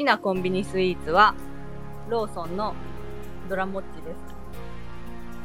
なコンビニスイーツはローソンのドラモッチです。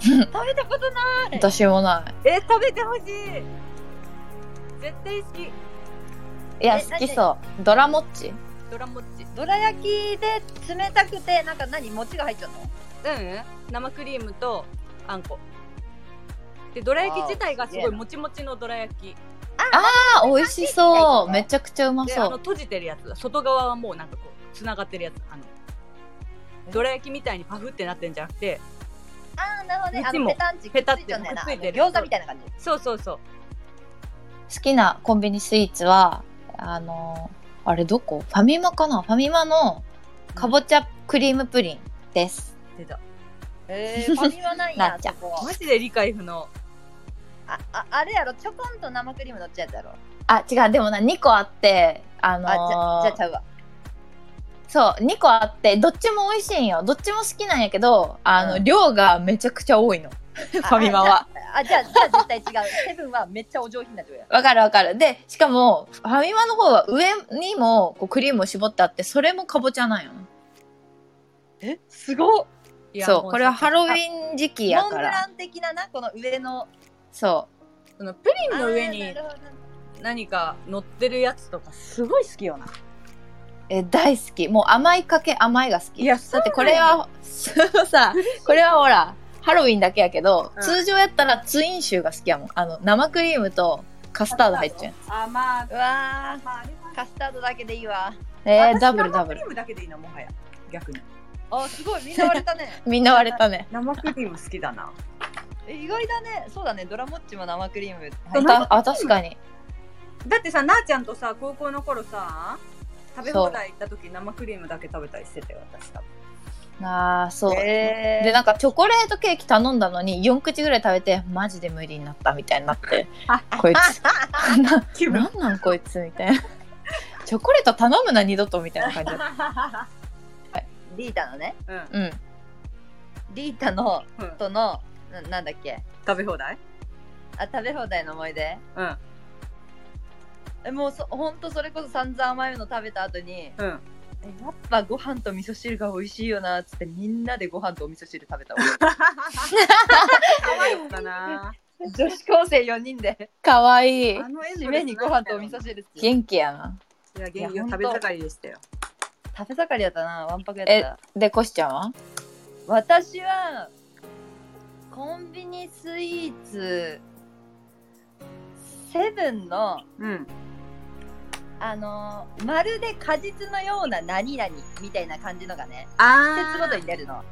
食べたことない。 私もない。 食べてほしい。絶対好き。 いや好きそう。ドラモッチ。 ドラモッチ。 どら焼きで冷たくてなんか餅が入っちゃうの？ 生クリームとあんこで、どら焼き自体がすごいもちもちのどら焼き。 美味しそう。めちゃくちゃうまそう。 閉じてるやつ、外側はもうなんかこうつながってるやつ。どら焼きみたいにパフってなってんじゃなくて、 なるほどね。ペタンチペタってくっついちゃうんだよな。 餃子みたいな感じ。 そう。 好きなコンビニスイーツはあれどこ？ファミマかな？ファミマのかぼちゃクリームプリンです。 出た。 ファミマなんや。 マジで理解不能。 あれやろ、ちょこんと生クリーム乗っちゃうやつやろ。 違う、でも2個あってじゃあちゃうわ。 そう2個あってどっちも美味しいんよ。どっちも好きなんやけど量がめちゃくちゃ多いの。ファミマはじゃあ絶対違う。セブンはめっちゃお上品な量や。 わかる。でしかもファミマの方は上にもこうクリームを絞ってあって、それもかぼちゃなんよ。 すごっ。 そう、これはハロウィン時期やから。 モンブラン的なこの上の。 そのプリンの上に何か乗ってるやつとかすごい好きよな。 大好き。もう甘いかけ甘いが好き。 いやだってこれはこれはほらハロウィンだけやけど、通常やったらツインシューが好きやもん。生クリームとカスタード入っちゃう。 うわカスタードだけでいいわ。 ダブル。 生クリームだけでいいの、もはや逆に。 すごい、みんな割れたね。 みんな割れたね。 生クリーム好きだな。 意外だね。そうだね、ドラモッチも生クリーム。 確かに。 だってさ、なーちゃんとさ、高校の頃さ、食べ放題行った時生クリームだけ食べたりしてたよ、私多分。 そう。でなんかチョコレートケーキ頼んだのに4口ぐらい食べてマジで無理になったみたいになってこいつなんなんこいつみたいな。チョコレート頼むな二度とみたいな感じだったリータのね。リータのとのなんだっけ、 食べ放題？ 食べ放題の思い出。もうほんとそれこそ散々甘いの食べた後に、やっぱご飯と味噌汁が美味しいよなっつってみんなでご飯とお味噌汁食べたわ。 可愛いかな。 女子高生4人でかわいい。 締めにご飯とお味噌汁。 元気やな。 いや元気よ。食べ盛りでしたよ。 食べ盛りやったな。わんぱくやった。 でコシちゃんは？ 私はコンビニスイーツセブンのまるで果実のような何々みたいな感じのがね、季節ごとに出るの。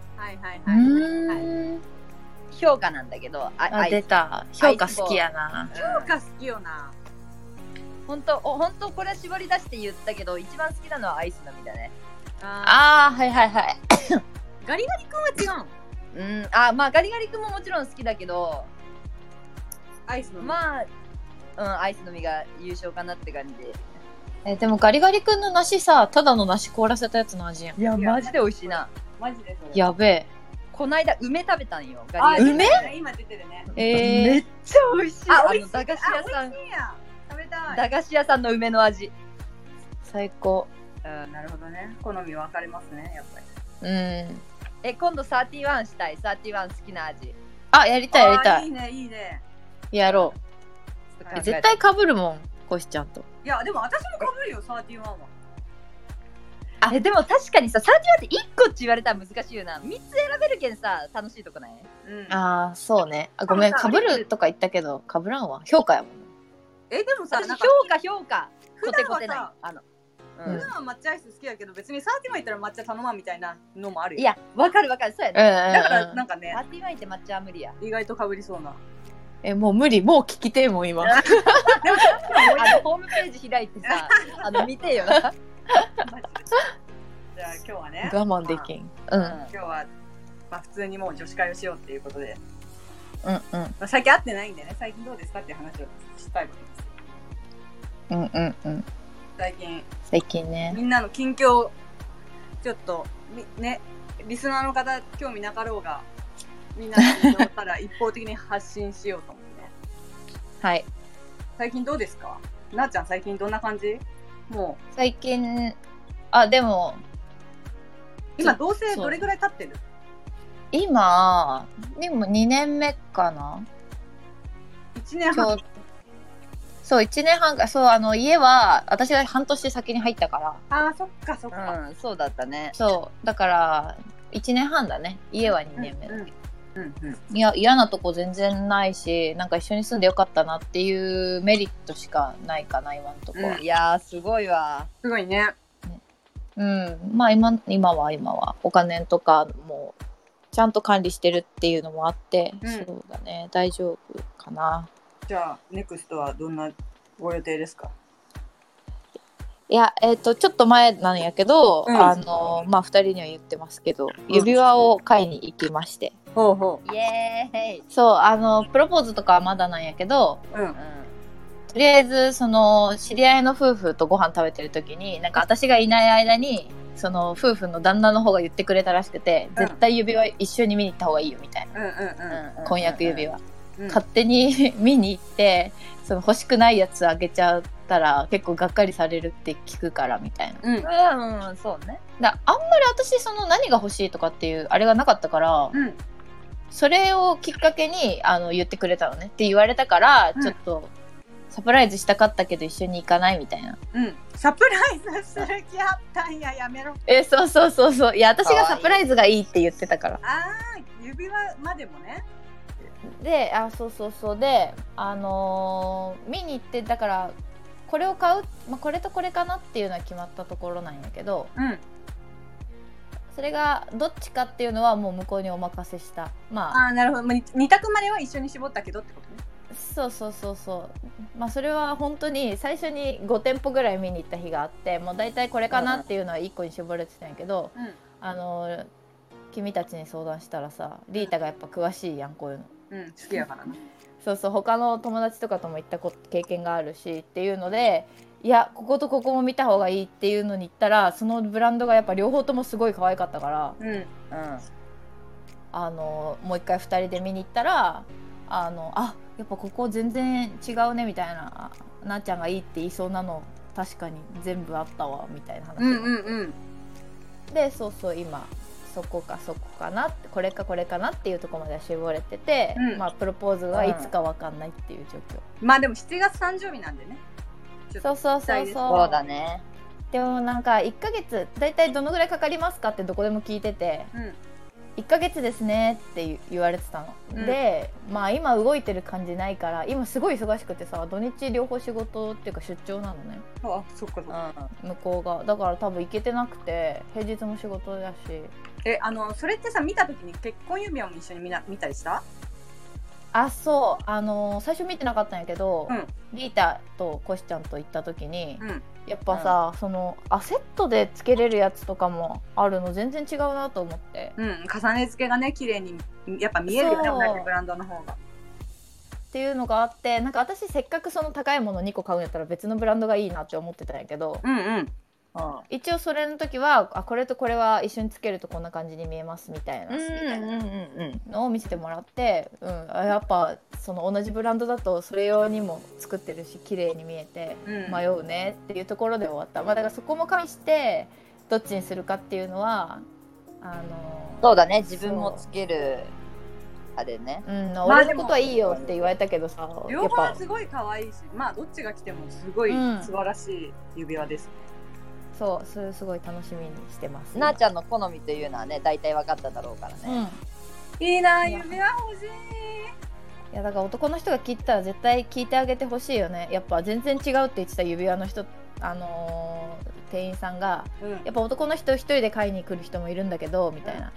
評価なんだけど、 出た。評価好きやな。 評価好きよな。 ほんとこれ絞り出して言ったけど一番好きなのはアイスの実だね。 はいガリガリ君は違う。 まあガリガリ君ももちろん好きだけど、 アイスの実、 アイスの実が優勝かなって感じで。 でもガリガリ君の梨さ、ただの梨凍らせたやつの味やん。 いやマジで美味しいな。 マジでそれやべえ。こないだ梅食べたんよ。 ガリガリ梅？今出てるね。 めっちゃ美味しい。駄菓子屋さん。 食べたい。 駄菓子屋さんの梅の味。 最高。 なるほどね。好み分かれますね、やっぱり。 今度31したい。31好きな味。 やりたい。 いいね。 やろう。絶対被るもん、コシちゃんと。 いやでも私も被るよ、31は。 でも確かにさ、31って1個って言われたら難しいよな。3つ選べるけんさ、楽しいとこない？ そうね。ごめん、被るとか言ったけど被らんわ。評価やもん。 でもさ、 評価。コテコテない。 普段は抹茶アイス好きやけど、別に31行ったら抹茶頼まんみたいなのもあるよ。 いや、わかる。そうやね。 だからなんかね、 31って抹茶は無理や。 意外と被りそうな。 もう無理。もう聞きてえもん今。 ホームページ開いてさ、見てよな。じゃあ今日はね、 我慢できん。 今日は普通にもう女子会をしようっていうことで、最近会ってないんでね、最近どうですかっていう話をしたいわけです。最近ね、みんなの近況ちょっとね、リスナーの方興味なかろうがみんなのから一方的に発信しようと思ってね。 はい。 最近どうですか？なーちゃん最近どんな感じ？もう最近でも今同棲どれぐらい経ってる？ 今でも2年目かな。 1年半。 そう、1年半か。そう、家は私が半年先に入ったから。 ああ、そっかそっか、 うん、そうだったね。 そうだから1年半だね。家は2年目だけど、いや嫌なとこ全然ないし、なんか一緒に住んでよかったなっていうメリットしかないかな今のとこは、 いやーすごいわ。 すごいね。 まあ今はお金とかもちゃんと管理してるっていうのもあって、そうだね、大丈夫かな。 じゃあネクストはどんなご予定ですか？ いやちょっと前なんやけど、まあ2人には言ってますけど、指輪を買いに行きまして、 ほうほう、イエーイ。 そうプロポーズとかはまだなんやけど、とりあえずその知り合いの夫婦とご飯食べてる時に、なんか私がいない間にその夫婦の旦那の方が言ってくれたらしくて、絶対指輪一緒に見に行った方がいいよみたいな、婚約指輪、勝手に見に行ってその欲しくないやつあげちゃったら結構がっかりされるって聞くからみたいな。 そうね。 だあんまり私その何が欲しいとかっていうあれがなかったから、それをきっかけに言ってくれたのねって言われたから、ちょっとサプライズしたかったけど一緒に行かないみたいな。 サプライズする気あったんや。やめろ。 そういや私がサプライズがいいって言ってたから。 指輪までもね。 でそうで見に行って、だからこれを買う、これとこれかなっていうのは決まったところなんやけど、それがどっちかっていうのはもう向こうにお任せした。 なるほど。2択までは一緒に絞ったけどってことね。 そうそれは本当に最初に5店舗ぐらい見に行った日があって、もう大体これかなっていうのは1個に絞れてたんやけど、君たちに相談したらさ、リータがやっぱ詳しいやんこういうの。 好きやからな。 他の友達とかとも行った経験があるしっていうので、いやこことここも見た方がいいっていうのに行ったら、そのブランドがやっぱ両方ともすごい可愛かったから、もう一回2人で見に行ったら、やっぱここ全然違うねみたいな、なっちゃんがいいって言いそうなの確かに全部あったわみたいな話で、今そこかなって、これかなっていうところまでは絞れてて、プロポーズはいつか分かんないっていう状況。 でも7月誕生日なんでね。 そうだね。 でもなんか1ヶ月だいたいどのぐらいかかりますかってどこでも聞いてて、1ヶ月ですねって言われてたの、で今動いてる感じないから、今すごい忙しくてさ、土日両方仕事っていうか出張なのね。 そっか向こうがだから多分行けてなくて、平日も仕事だし。 それってさ、見た時に結婚指輪も一緒に見たりした？ 最初見てなかったんやけど、リータとコシちゃんと行った時に、やっぱさ、そのセットでつけれるやつとかもあるの全然違うなと思って、 重ね付けがね綺麗にやっぱ見えるよね、同じブランドの方がっていうのがあって、なんか私せっかくその高いもの2個買うんやったら別のブランドがいいなって思ってたんやけど、一応それの時はこれとこれは一緒につけるとこんな感じに見えますみたいなのを見せてもらって、やっぱその同じブランドだとそれ用にも作ってるし綺麗に見えて迷うねっていうところで終わった。だからそこも加味してどっちにするかっていうのはそうだね、自分もつけるあれね。 俺のことはいいよって言われたけどさ、 両方すごい可愛いし、どっちが来てもすごい素晴らしい指輪です。 それすごい楽しみにしてます。 なあちゃんの好みというのはね、大体分かっただろうからね。 いいな、指輪欲しい。 いやだから男の人が聞いたら絶対聞いてあげてほしいよね。やっぱ全然違うって言ってた指輪の人、店員さんが、やっぱ男の人一人で買いに来る人もいるんだけどみたいな、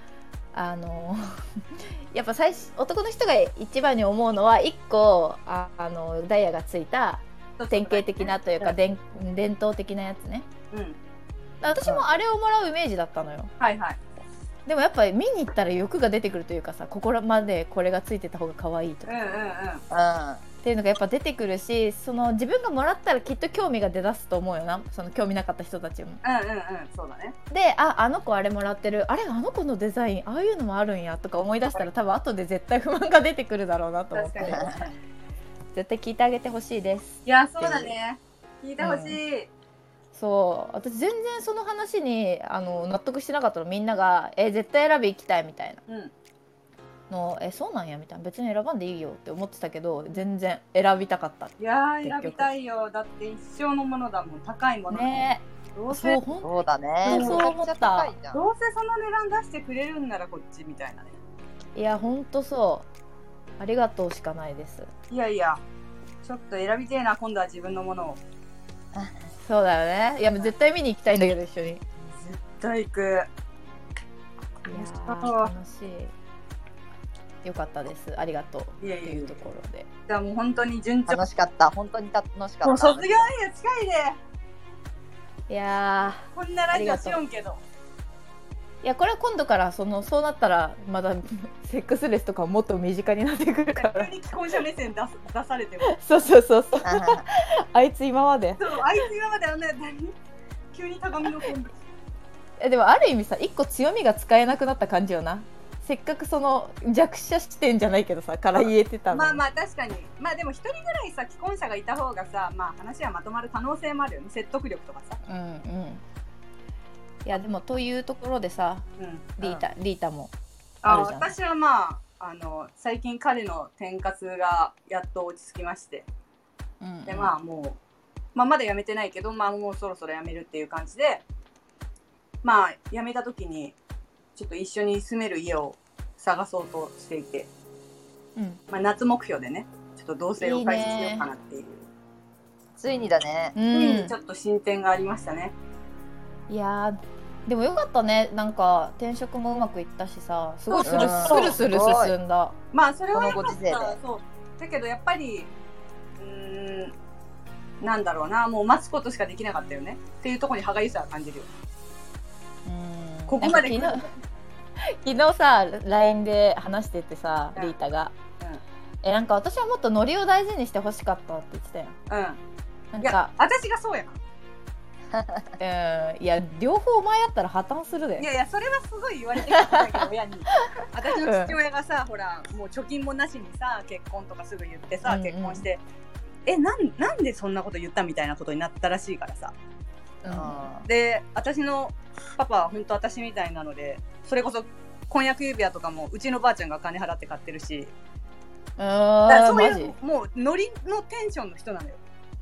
やっぱ男の人が一番に思うのは1個ダイヤがついた典型的なというか伝統的なやつね。私もあれをもらうイメージだったのよ。でもやっぱり見に行ったら欲が出てくるというかさ、ここまでこれがついてた方が可愛いとかっていうのがやっぱ出てくるし、その自分がもらったらきっと興味が出だすと思うよな、その興味なかった人たちも。 そうだね。で、 あの子あれもらってる、あの子のデザインああいうのもあるんやとか思い出したら、多分後で絶対不満が出てくるだろうなと思って、絶対聞いてあげてほしいです。 いや、そうだね、聞いてほしい。 そう私全然その話に納得してなかったの。みんなが絶対選び行きたいみたいなの、そうなんやみたいな、別に選ばんでいいよって思ってたけど全然選びたかった。 いや選びたいよ。だって一生のものだもん。高いものね。 どうせそうだね。 そう思った。 どうせその値段出してくれるんならこっちみたいなね。 いやほんとそう、ありがとうしかないです。 いやいやちょっと選びてえな、今度は自分のものを。 そうだよね。いや絶対見に行きたいんだけど一緒に。 絶対行く。いや楽しい。よかったです。ありがとうっていうところで。 じゃあもう本当に順調。 楽しかった。本当に楽しかった。 もう卒業日が近いで。いやこんなラジオしよんけど。 いやこれは今度からそうなったらまだセックスレスとかもっと身近になってくるから。 急に既婚者目線出されても。 そうあいつ今まで。 そうあいつ今まで急に鏡の今度。 でもある意味さ一個強みが使えなくなった感じよな。せっかくその弱者視点じゃないけどさから言えてたの。 まあ確かに。まあでも一人ぐらいさ既婚者がいた方がさ、まあ話はまとまる可能性もあるよね。説得力とかさ。 いやでもというところでさ、リータもあるじゃん。私はまあ最近彼の天かすがやっと落ち着きまして、でまあもう、まだ辞めてないけど、まあもうそろそろ辞めるっていう感じで、まあ辞めた時にちょっと一緒に住める家を探そうとしていて、まあ夏目標でね、ちょっと同棲を開始しようかなっていう。 ついにだね。 ついにちょっと進展がありましたね。 いやでもよかったね。なんか転職もうまくいったしさ、すごいスルスル進んだ。 まあそれはよかった。そうだけどやっぱりなんだろうな、もう待つことしかできなかったよねっていうところに歯がゆさを感じるよ。ここまで昨日さ LINE で話しててさ、リータが、なんか私はもっとノリを大事にしてほしかったって言ってたよ。 なんか私がそうやな。 いや両方お前やったら破綻するで。 いやそれはすごい言われてきたんだけど親に。私の父親がさ、ほらもう貯金もなしにさ結婚とかすぐ言ってさ、結婚してなんでそんなこと言ったみたいなことになったらしいからさ。で私のパパは本当私みたいなので、それこそ婚約指輪とかもうちのばあちゃんが金払って買ってるし、そういうもうノリのテンションの人なのよ。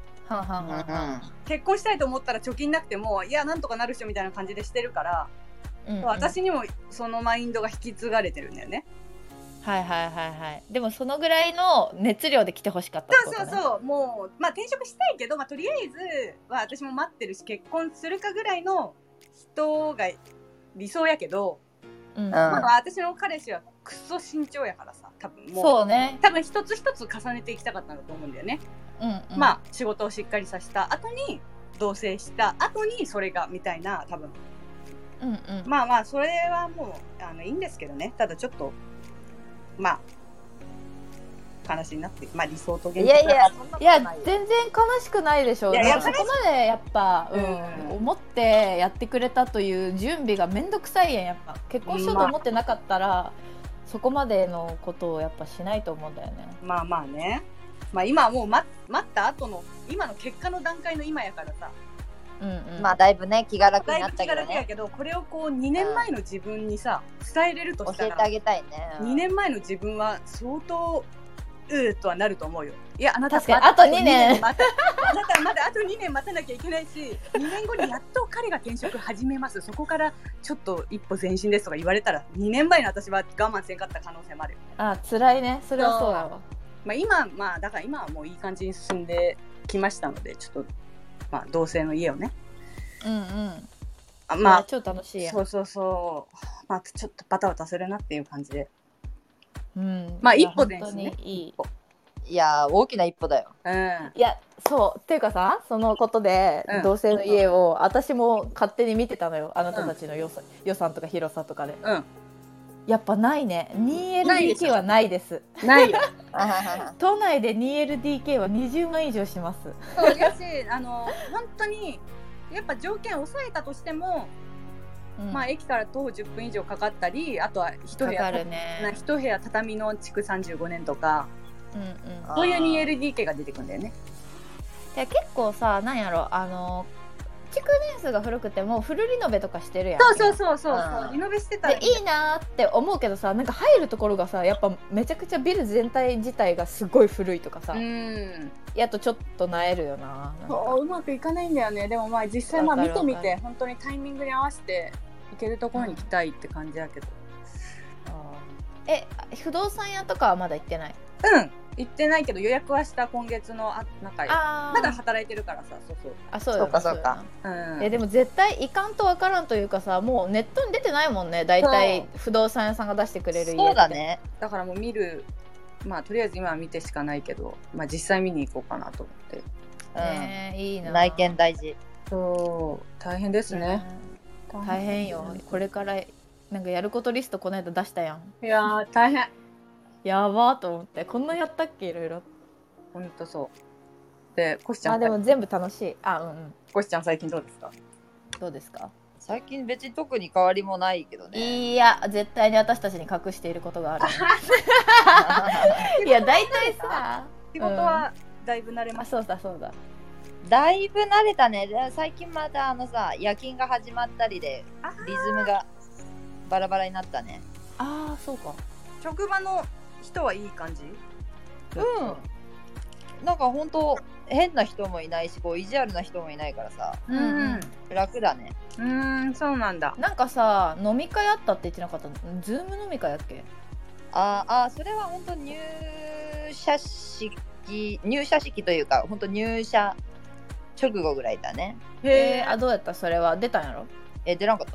結婚したいと思ったら貯金なくてもいやなんとかなる人みたいな感じでしてるから、私にもそのマインドが引き継がれてるんだよね。 でもそのぐらいの熱量で来てほしかったってことね。 そうもうまあ転職したいけど、とりあえずは私も待ってるし結婚するかぐらいの人が理想やけど、私の彼氏はクソ慎重やからさ、多分もうそうね、 多分一つ一つ重ねていきたかったんだと思うんだよね。まあ仕事をしっかりさせた後に同棲した後にそれがみたいな、多分まあそれはもういいんですけどね。ただちょっとまあ話になって、まあ理想と現実いや全然悲しくないでしょ。そこまでやっぱ、思ってやってくれたという準備がめんどくさいやん。やっぱ結婚しようと思ってなかったら、そこまでのことをやっぱしないと思うんだよね。 まあね、まあ今はもう待った後の今の結果の段階の今やからさ、 まあだいぶね気が楽になったけどね。 だいぶ気が楽やけど、これをこう2年前の自分にさ伝えれるとしたら教えてあげたいね。 2年前の自分は相当とはなると思うよ。いやあなた確かにあと2年あなたはまだあと2年待たなきゃいけないし、2年後にやっと彼が転職始めます、そこからちょっと一歩前進ですとか言われたら、2年前の私は我慢せんかった可能性もあるよ。 辛いね。それはそうだわ。 だから今はもういい感じに進んできましたので、ちょっと同棲の家をね、 超楽しいやん。 そうちょっとバタバタするなっていう感じで、一歩ですね。 いや大きな一歩だよ。 いやそうっていうかさ、そのことで同棲の家を私も勝手に見てたのよ。あなたたちの予算とか広さとかで。やっぱないね。 2LDK はないです。 ないよ都内で 2LDK は20万以上します。 そうだし本当にやっぱ条件を抑えたとしても、駅から徒歩10分以上かかったり、あとは一部屋畳の築35年とか、そういう 2LDK が出てくるんだよね。 結構さ、なんやろ築年数が古くてもフルリノベとかしてるやん。 そうリノベしてたらでいいなって思うけどさ、なんか入るところがさやっぱめちゃくちゃビル全体自体がすごい古いとかさ、やっとちょっとなえるよな。 うまくいかないんだよね。でもまあ実際見てみて本当にタイミングに合わせて行けるところに行きたいって感じやけど、 不動産屋とかはまだ行ってない？ 行ってないけど予約はした。今月の中まだ働いてるからさ。 そうか、でも絶対行かんとわからんというかさ、もうネットに出てないもんね、大体不動産屋さんが出してくれる家って。 そうだね。 だからもう見る、まあとりあえず今は見てしかないけど、まあ実際見に行こうかなと思って。 いいな。 内見大事。 そう大変ですね。 大変よ。これからなんかやることリストこの間出したやん。 いやー大変。 やばーと思って、こんなやったっけ、いろいろ。 ほんとそう。で、コシちゃん。 でも全部楽しい。 コシちゃん最近どうですか？ どうですか？ 最近別に特に変わりもないけどね。 いや、絶対に私たちに隠していることがある。いや、大体さ、 仕事はだいぶ慣れました。 そうだ。 だいぶ慣れたね。最近また夜勤が始まったりでリズムがバラバラになったね。 そうか。 職場の人はいい感じ？ なんかほんと変な人もいないし、こう意地悪な人もいないからさ、楽だね。 そうなんだ。 なんかさ、飲み会あったって言ってなかった？ズーム飲み会やっけ？ それはほんと入社式というか、ほんと入社直後ぐらいだね。 どうやった？それは出たんやろ？ 出らんかった。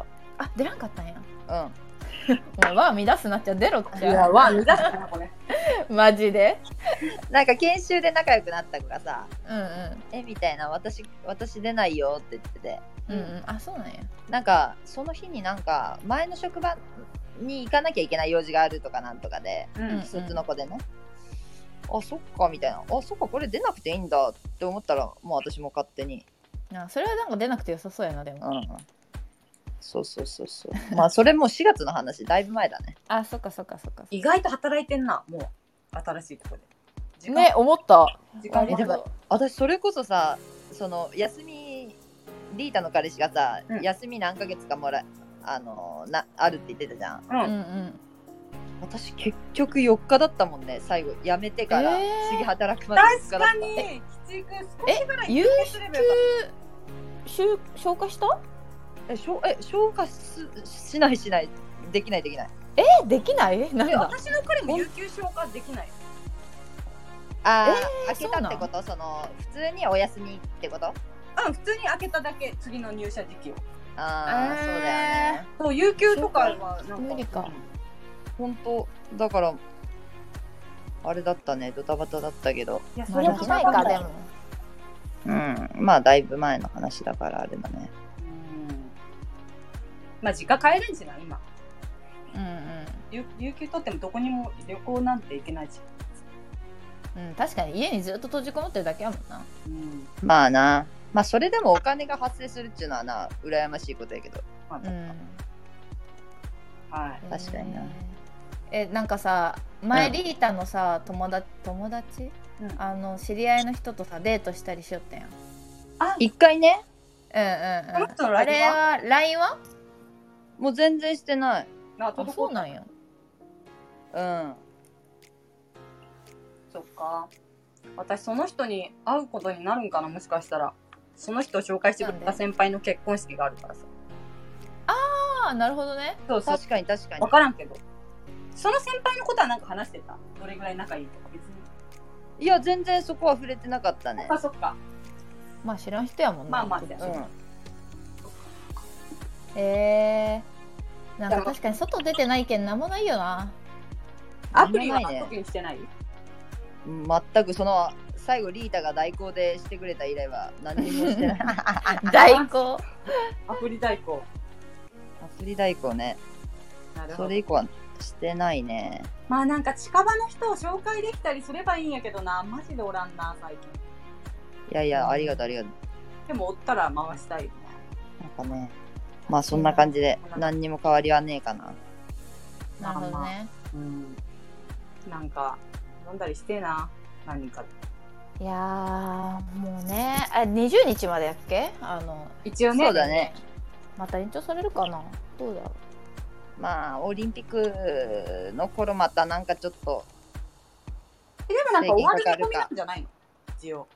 出らんかったんや。もう輪乱すなっちゃ出ろっちゃ。 いや輪乱すなこれ。 マジで。 なんか研修で仲良くなった子がさ、みたいな、私出ないよって言ってて、 そうなんや。 なんかその日になんか前の職場に行かなきゃいけない用事があるとかなんとかで、そっちの子でね、そっかみたいな、そっかこれ出なくていいんだって思ったら、もう私も勝手に。 それはなんか出なくてよさそうやな。でも。 そう。まあそれも4月の話、だいぶ前だね。 そっか。 意外と働いてんな、もう新しいとこで。 ね、思った。 時間でも私それこそさ、その休み、リータの彼氏がさ、休み何ヶ月かあるって言ってたじゃん。私結局4日だったもんね、最後辞めてから次働くまで4日だった。 確かにきつく少しぐらい有給消化した？ 消化しないできない。できない？なんだ。 私の彼も有給消化できない。 開けたってこと？その普通にお休みってこと？ 普通に開けただけ、次の入社時期を。 そうだよね。 そう、有給とかはなんか無理か。 本当だからあれだったね、ドタバタだったけど。 いや、それもないか。でもまあだいぶ前の話だからあれだね。 まあ実家帰れんしな今。有給取ってもどこにも旅行なんて行けないし。 確かに家にずっと閉じこもってるだけやもんな。 まあな。まあそれでもお金が発生するっていうのはな、羨ましいことやけど。確かにな。 なんかさ、前リータのさ、友達、知り合いの人とさデートしたりしよったやん。 一回ね。 あれは LINE は？ もう全然してない。 そうなんや。 そっか。私その人に会うことになるんかな、もしかしたら。その人を紹介してくれた先輩の結婚式があるからさ。 なるほどね。 そう、確かに。 分からんけど、その先輩のことはなんか話してた？どれぐらい仲いいとか別に。 いや、全然そこは触れてなかったね。 そっか。 まあ知らん人やもんな。なんか確かに外出てないけんなんもないよな。 アプリは特にしてない？ 全く。その最後リータが代行でしてくれた以来は何にもしてない。 代行？ アプリ代行ね。それ以降はしてないね。 まあなんか近場の人を紹介できたりすればいいんやけどな、マジでおらんな最近。 いや、ありがとう。 でもおったら回したいね。 なんかね、まあそんな感じで何にも変わりはねえかな。 なるほどね。 なんか飲んだりしてえな、何人かで。 いやもうね20日までやっけ一応ね。 そうだね。 また延長されるかな、どうだろう。まあオリンピックの頃またなんかちょっとでもなんか終わる見込みなんじゃないの一応。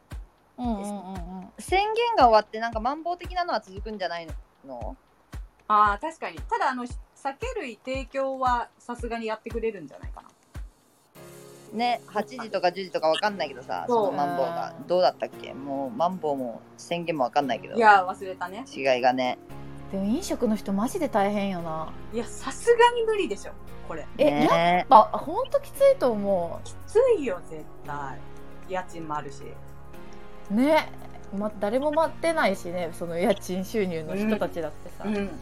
宣言が終わってなんかマンボウ的なのは続くんじゃないの？ ああ確かに。ただ酒類提供はさすがにやってくれるんじゃないかな。 ね、8時とか10時とかわかんないけどさ、そのマンボウがどうだったっけ？もうマンボウも宣言もわかんないけど。 いや忘れたね。 違いがね。 でも飲食の人マジで大変よな。 いやさすがに無理でしょこれ。 やっぱほんときついと思う。 きついよ絶対。家賃もあるし。 ね、誰も待ってないしね、その家賃収入の人たちだってさ。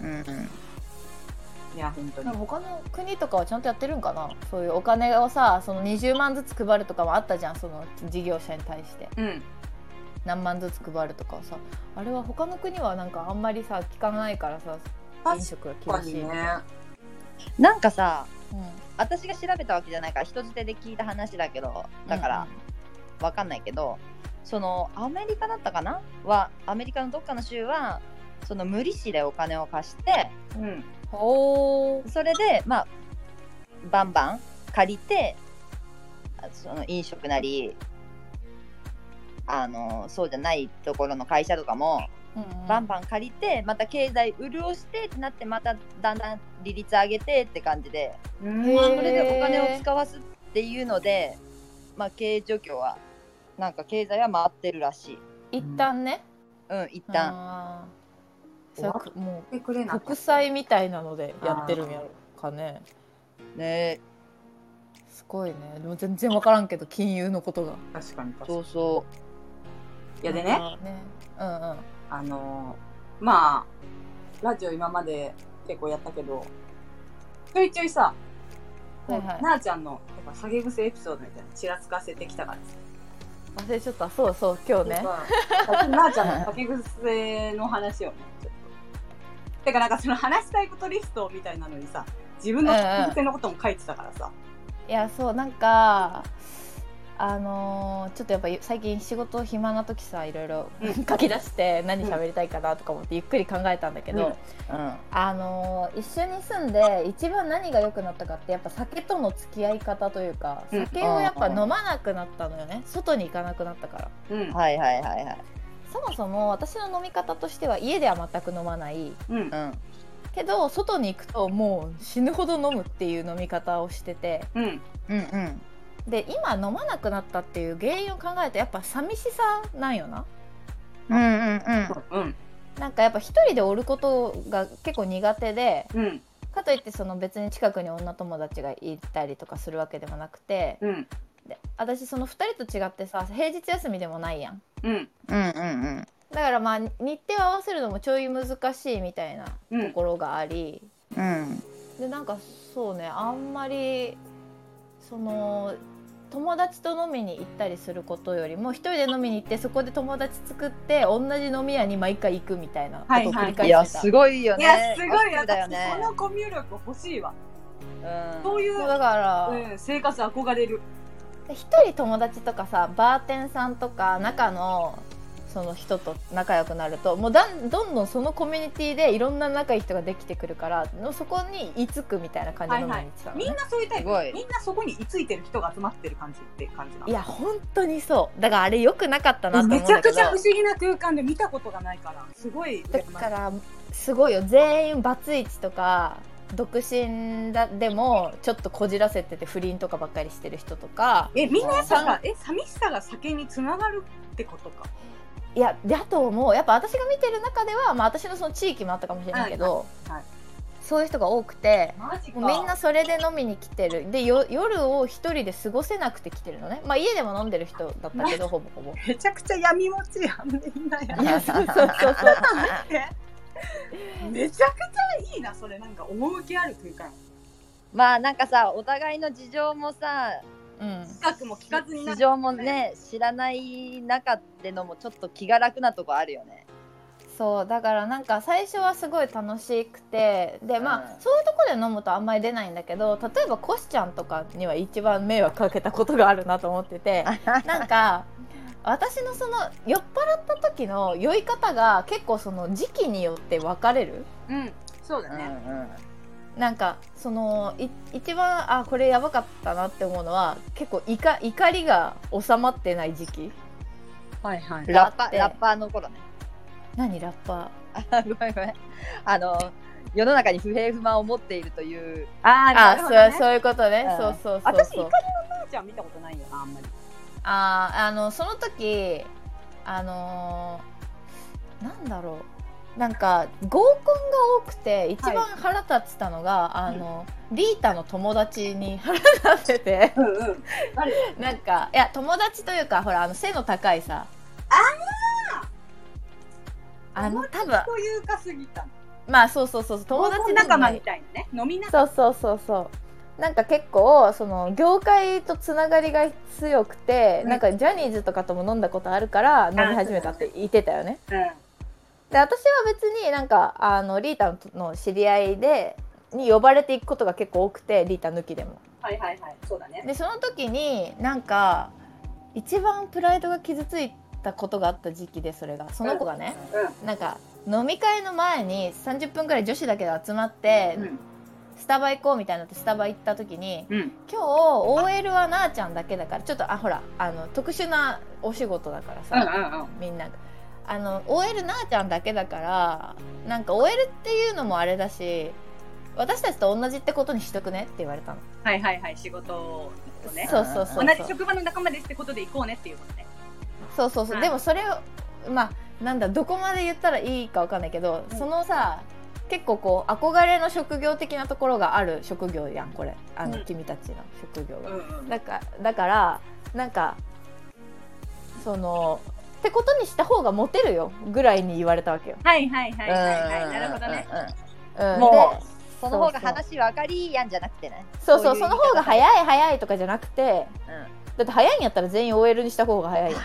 いや本当に。 他の国とかはちゃんとやってるんかな。そういうお金をさ、その20万ずつ配るとかもあったじゃん、その事業者に対して。何万ずつ配るとかさ、あれは他の国はなんかあんまりさ聞かないからさ、飲食が厳しいね。 なんかさ、私が調べたわけじゃないから人づてで聞いた話だけど、だからわかんないけど、そのアメリカだったかなは、アメリカのどっかの州はその無利子でお金を貸して、それでまあバンバン借りて、その飲食なりそうじゃないところの会社とかもバンバン借りて、また経済潤してってなって、まただんだん利率上げてって感じで、それでお金を使わすっていうので、まあ経営状況はなんか経済は回ってるらしい。 一旦ね。 一旦。 もう国債みたいなのでやってるんやろかね。 ね、 すごいね。でも全然分からんけど、金融のことが。 確かに。 そうそう。 いやでね、まあラジオ今まで結構やったけど、ちょいちょいさ、なあちゃんのやっぱ下げ癖エピソードみたいなちらつかせてきたから忘れちゃった。そうそう、今日ね。 なあちゃんの下げ癖の話をね、ちょっと。てかなんかその話したいことリストみたいなのにさ、自分の下げ癖のことも書いてたからさ。 いやそう、なんかちょっとやっぱ最近仕事暇な時さ、いろいろ書き出して何喋りたいかなとか思ってゆっくり考えたんだけど、一緒に住んで一番何が良くなったかって、やっぱ酒との付き合い方というか、酒をやっぱ飲まなくなったのよね、外に行かなくなったから。 はいはいはいはい。 そもそも私の飲み方としては、家では全く飲まない、けど外に行くともう死ぬほど飲むっていう飲み方をしてて、で今飲まなくなったっていう原因を考えると、やっぱ寂しさなんよな。なんかやっぱ一人でおることが結構苦手で、かといってその別に近くに女友達がいたりとかするわけでもなくて、で私その2人と違ってさ、平日休みでもないやん。だからまあ日程を合わせるのもちょい難しいみたいなところがあり、でなんかそうね、あんまりその友達と飲みに行ったりすることよりも、一人で飲みに行ってそこで友達作って同じ飲み屋に毎回行くみたいなことを繰り返してた。 いやすごいよね。 いやすごいよね。そのコミュ力欲しいわ。そういうだから、 生活憧れる。 一人友達とかさ、バーテンさんとか中のその人と仲良くなると、もうどんどんそのコミュニティでいろんな仲いい人ができてくるから、そこに居つくみたいな感じの飲みに行ってたのね。 みんなそういうタイプ。みんなそこに居ついてる人が集まってる感じって感じなの。 いや本当にそう。だからあれ良くなかったなと思うんだけど、 めちゃくちゃ不思議な空間で見たことがないからすごい。 だからすごいよ。全員バツイチとか独身でもちょっとこじらせてて不倫とかばっかりしてる人とか。 みんなやっぱ寂しさが酒につながるってことか。 いやだと思う。やっぱ私が見てる中では、まあ、私のその地域もあったかもしれないけど、そういう人が多くて、もうみんなそれで飲みに来てる。で夜を一人で過ごせなくて来てるのね。まあ家でも飲んでる人だったけどほぼほぼ。 めちゃくちゃ闇持ちやんみんなや。 いやそうめちゃくちゃいいなそれ。なんか趣ある空間。 まあなんかさ、お互いの事情もさ、 深くも聞かずに事情もね知らない中ってのもちょっと気が楽なとこあるよね。 そうだからなんか最初はすごい楽しくて、でまあそういうとこで飲むとあんまり出ないんだけど、例えばコシちゃんとかには一番迷惑かけたことがあるなと思っててなんか私のその酔っ払った時の酔い方が結構その時期によって分かれる。 そうだね。 なんかその一番これやばかったなって思うのは結構怒りが収まってない時期。 はいはい。ラッパーの頃ね。 何ラッパー？ごめん。世の中に不平不満を持っているという。 そういうことね。そう。 私怒りの母ちゃん見たことないよな、あんまり。 その時なんだろう、なんか合コンが多くて一番腹立ってたのが、リータの友達に腹立っててなんかいや友達というかほら背の高いさ多分というかすぎた。 まあそう友達仲間みたいなね、飲み仲間。 そうなんか結構その業界とつながりが強くて、なんかジャニーズとかとも飲んだことあるから飲み始めたって言ってたよね。で私は別になんかリータの知り合いに呼ばれていくことが結構多くて、リータ抜きでも。 そうだね。 でその時になんか一番プライドが傷ついたことがあった時期で、その子がね、なんか飲み会の前に30分くらい女子だけで集まって、スタバ行こうみたいになってスタバ行った時に、今日 OL はなあちゃんだけだからちょっとほら特殊なお仕事だからさ、みんなOL なあちゃんだけだからなんか OL っていうのもあれだし私たちと同じってことにしとくねって言われたの。 仕事をね。 そう同じ職場の仲間ですってことで行こうねっていうことね。そう、 でもそれをなんだどこまで言ったらいいかわかんないけど、そのさ結構こう憧れの職業的なところがある職業やんこれ君たちの職業が、だからなんかそのってことにした方がモテるよぐらいに言われたわけよ。 なるほどね。 もうその方が話分かりやんじゃなくてね。 その方が早いとかじゃなくて、だって早いんやったら全員 OL にした方が早いよ。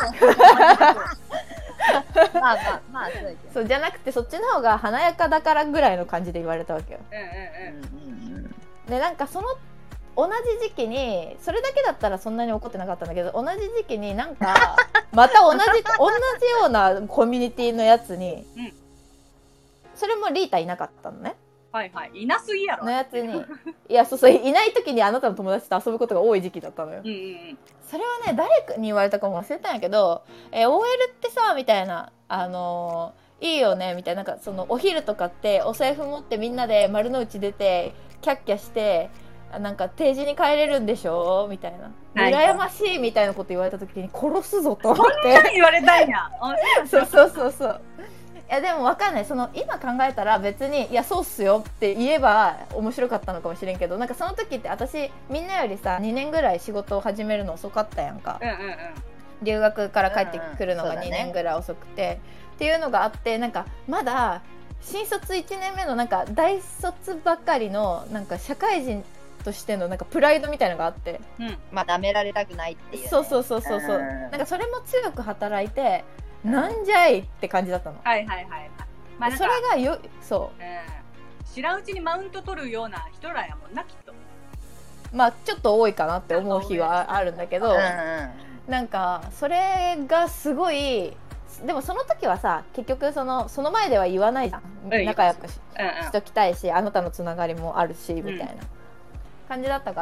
そうじゃなくてそっちの方が華やかだからぐらいの感じで言われたわけよ。でなんかその同じ時期にそれだけだったらそんなに怒ってなかったんだけど、同じ時期になんかまた同じようなコミュニティのやつに、それもリータいなかったのね。 いなすぎやろのやつにいやそういない時にあなたの友達と遊ぶことが多い時期だったのよ。それはね誰に言われたかも忘れたんやけど、OL ってさみたいな、いいよねみたいな、なんかそのお昼とかってお財布持ってみんなで丸の内出てキャッキャしてなんか定時に帰れるんでしょみたいな、羨ましいみたいなこと言われた時に殺すぞと思って。 そんなに言われたいな。 そういやでも分かんない、その今考えたら別にいやそうっすよって言えば面白かったのかもしれんけど、なんかその時って私みんなよりさ2年ぐらい仕事を始めるの遅かったやんか、留学から帰ってくるのが2年ぐらい遅くて、っていうのがあって、なんかまだ新卒1年目のなんか大卒ばかりのなんか社会人としてのなんかプライドみたいなのがあって、 舐められたくないっていう、ね、 そうなんかそれも強く働いてなんじゃいって感じだったの。それが知らんうちにマウント取るような人らやもんな、きっと。 ちょっと多いかなって思う日はあるんだけど、なんかそれがすごい。でもその時はさ結局その前では言わないじゃん、仲良く しときたいし、あなたのつながりもあるしみたいな感じだったから、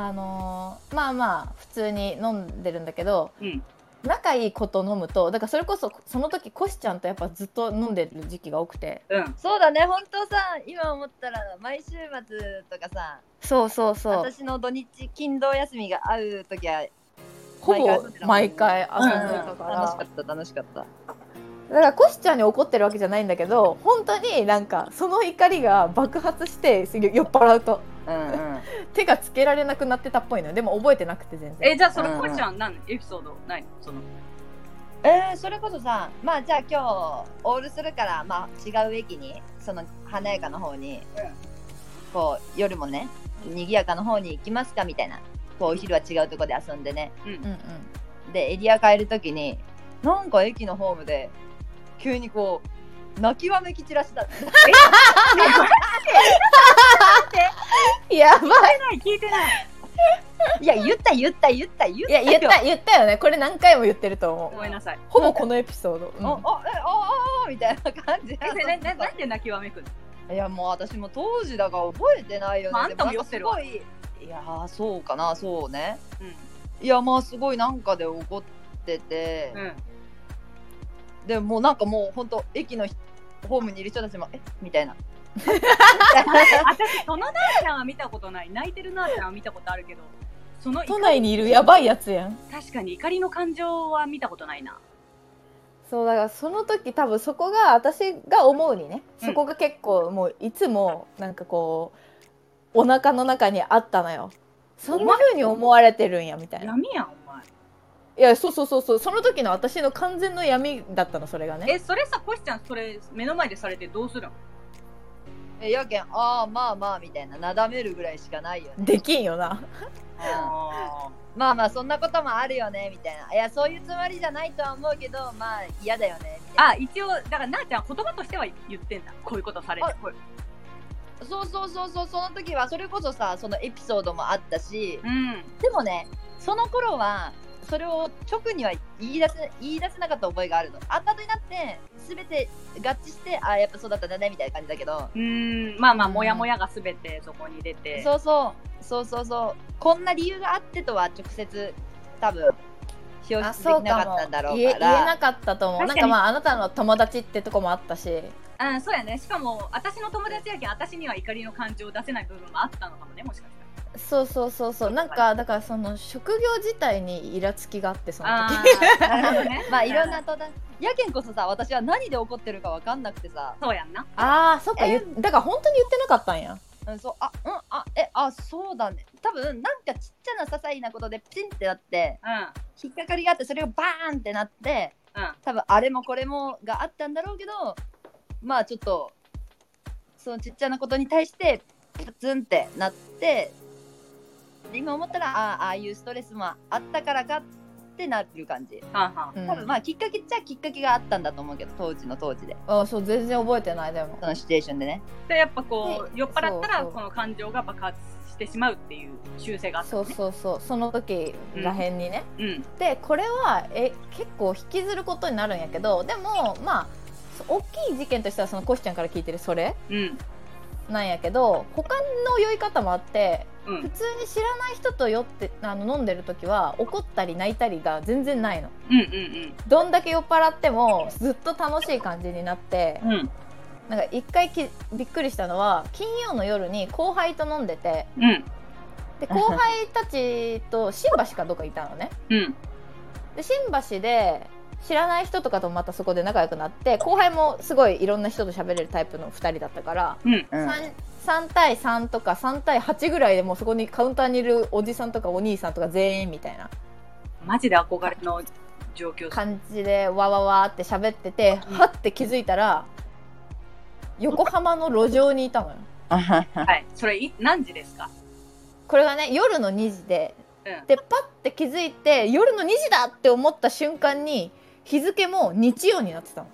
普通に飲んでるんだけど、仲いい子と飲むと、だからそれこそその時コシちゃんとやっぱずっと飲んでる時期が多くて、 そうだね、本当さ今思ったら毎週末とかさ、 そう私の土日勤労休みが合う時はほぼ毎回遊んでたから、 楽しかった。 だからコシちゃんに怒ってるわけじゃないんだけど、本当になんかその怒りが爆発して酔っ払うと、手がつけられなくなってたっぽいのよ。でも覚えてなくて全然。 じゃあそのコシちゃんエピソードないの？そのそれこそさ、じゃあ今日オールするから、違う駅にその華やかの方に、こう夜もね賑やかの方に行きますかみたいな、こうお昼は違うとこで遊んでね、でエリア変えるときになんか駅のホームで急にこう泣きわめき散らしたって。 やばい。 聞いてない。 いや言ったいや言ったよね。これ何回も言ってると思う。 ごめんなさい。 ほぼこのエピソード。 みたいな感じ。 なんで泣きわめくの？いやもう私も当時だから覚えてないよね。 あんたも酔ってるわ。 いやそうかな、そうね。いやまあすごいなんかで怒ってて、でもなんかもう本当駅のホームにいる人たちもみたいな。 私そのなーちゃんは見たことない。泣いてるなーちゃんは見たことあるけど、その都内にいるやばいやつやん。 確かに怒りの感情は見たことないな。 そうだからその時多分そこが私が思うにね、そこが結構もういつもなんかこうお腹の中にあったのよ。そんな風に思われてるんやみたいな。 闇やんお前。 いやそうその時の私の完全の闇だったの、それがね。 それさ、コシちゃんそれ目の前でされてどうするの？ やけんまあみたいな、なだめるぐらいしかないよね。 できんよな。 まあそんなこともあるよねみたいな。いやそういうつもりじゃないとは思うけど、まあ嫌だよねみたいな。 一応だからなーちゃん言葉としては言ってんだ。こういうことされて。 そうその時はそれこそさ、そのエピソードもあったし、でもねその頃はそれを直には言い出せなかった覚えがあるの。後になって全て合致して、やっぱそうだったんだねみたいな感じだけど、 まあモヤモヤが全てそこに出て、 そうこんな理由があってとは直接多分表出できなかったんだろうから言えなかったと思う。なんかまああなたの友達ってとこもあったし、 そうやね。しかも私の友達やけん、私には怒りの感情を出せない部分もあったのかもね、もしかしたら。 そうなんかだからその職業自体にイラつきがあって、その時まあいろんなやけんこそさ、私は何で怒ってるか分かんなくてさ。 そうやんな。 そっか、だから本当に言ってなかったんや。 そうだね。多分なんかちっちゃな些細なことでピンってなって、引っかかりがあって、それがバーンってなって、多分あれもこれもがあったんだろうけど、まあちょっとそのちっちゃなことに対してプツンってなって、今思ったらああいうストレスもあったからかってなる感じ。多分まあきっかけっちゃきっかけがあったんだと思うけど、当時で。 そう、全然覚えてない。でもそのシチュエーションでね。 でやっぱこう酔っ払ったらこの感情が爆発してしまうっていう習性があったね。 そうその時らへんにね。でこれは結構引きずることになるんやけど、でもまあ大きい事件としてはそのコシちゃんから聞いてるそれ、なんやけど、他の酔い方もあって、普通に知らない人と酔って飲んでる時は怒ったり泣いたりが全然ないの。どんだけ酔っ払ってもずっと楽しい感じになって、なんか一回びっくりしたのは、金曜の夜に後輩と飲んでて、で後輩たちと新橋かどっかいたのね。で新橋で知らない人とかとまたそこで仲良くなって、後輩もすごいいろんな人と喋れるタイプの2人だったから、3対3とか3対8ぐらいでもうそこにカウンターにいるおじさんとかお兄さんとか全員みたいなマジで憧れの状況感じでわわわって喋ってて、はって気づいたら横浜の路上にいたのよ。 はい、それ何時ですか？ これがね夜の2時で、でパッて気づいて夜の2時だって思った瞬間に日付も日曜になってたの。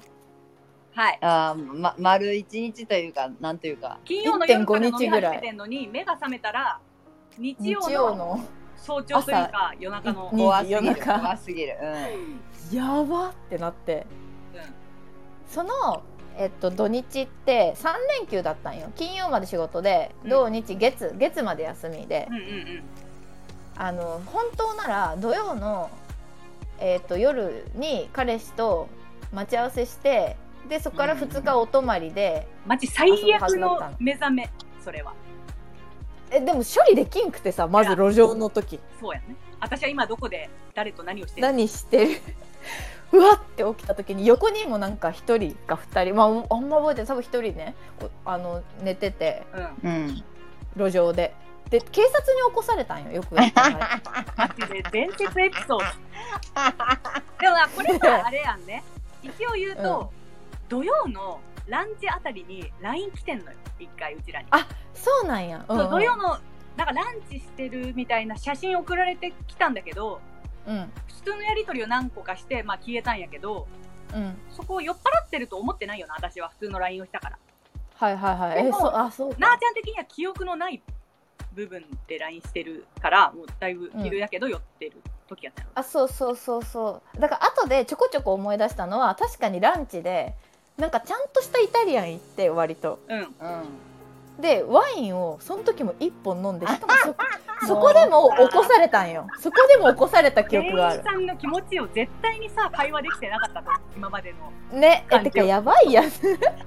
丸1日というか、なんというか金曜の夜から飲み始めてんのに目が覚めたら日曜の早朝というか夜中の怖すぎる、 やばってなって、その土日って3連休だったんよ。金曜まで仕事で、土日月まで休みで、本当なら土曜の夜に彼氏と待ち合わせして、でそこから2日お泊まりで、 マジ最悪の目覚め。それはでも処理できんくてさ、まず路上の時。 そうやね。私は今どこで誰と何をしてるうわって起きた時に横にもなんか1人か2人、まああんま覚えてない、多分1人ね寝てて、路上で警察に起こされたんよ。よくやったマジで伝説エピソードでもな、これさあれやんね。一応言うと、土曜のランチあたりに LINE 来てんのよ、一回うちらに。 そうなんや。 土曜のなんかランチしてるみたいな写真送られてきたんだけど、普通のやり取りを何個かして、まあ、消えたんやけど、そこを酔っ払ってると思ってないよな、私は。普通の LINE をしたから。そうなーちゃん的には記憶のない部分で LINE してるからもうだいぶ昼やけど寄ってる時やったの、 あ、そうそうそうそう。だから後でちょこちょこ思い出したのは確かにランチでなんかちゃんとしたイタリアン行って割と、でワインをその時も1本飲んで、しかもそこでも起こされたんよ。そこでも起こされた記憶がある。 店員さんの気持ちを絶対にさ会話できてなかったと今までのね。てかやばいやつ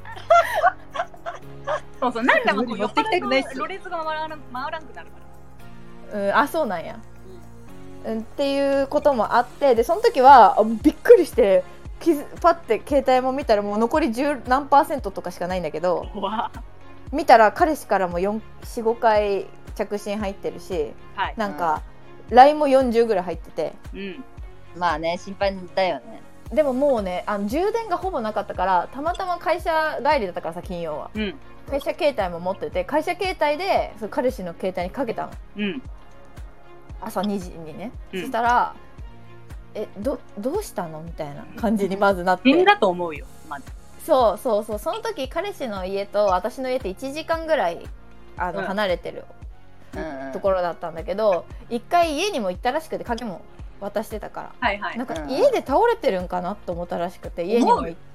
そうそう、なんかもう酔っ払いのろれつが回らんくなるから、 あ、そうなんや、っていうこともあって、でその時はびっくりしてパッて携帯も見たらもう残り10何%とかしかないんだけど、見たら彼氏からも 4,5 回着信入ってるし、はい、なんか、LINE も40ぐらい入ってて、 まあね心配だよね。 でももうね充電がほぼなかったから、たまたま会社帰りだったからさ金曜は、会社携帯も持ってて、会社携帯でその彼氏の携帯にかけたの、朝2時にね、そしたらどうしたのみたいな感じにまずなって、 変だと思うよまず。 そうその時彼氏の家と私の家って1時間ぐらい離れてるところだったんだけど、一回家にも行ったらしくて、鍵も渡してたから、なんか家で倒れてるんかなと思ったらしくて、家にも行って、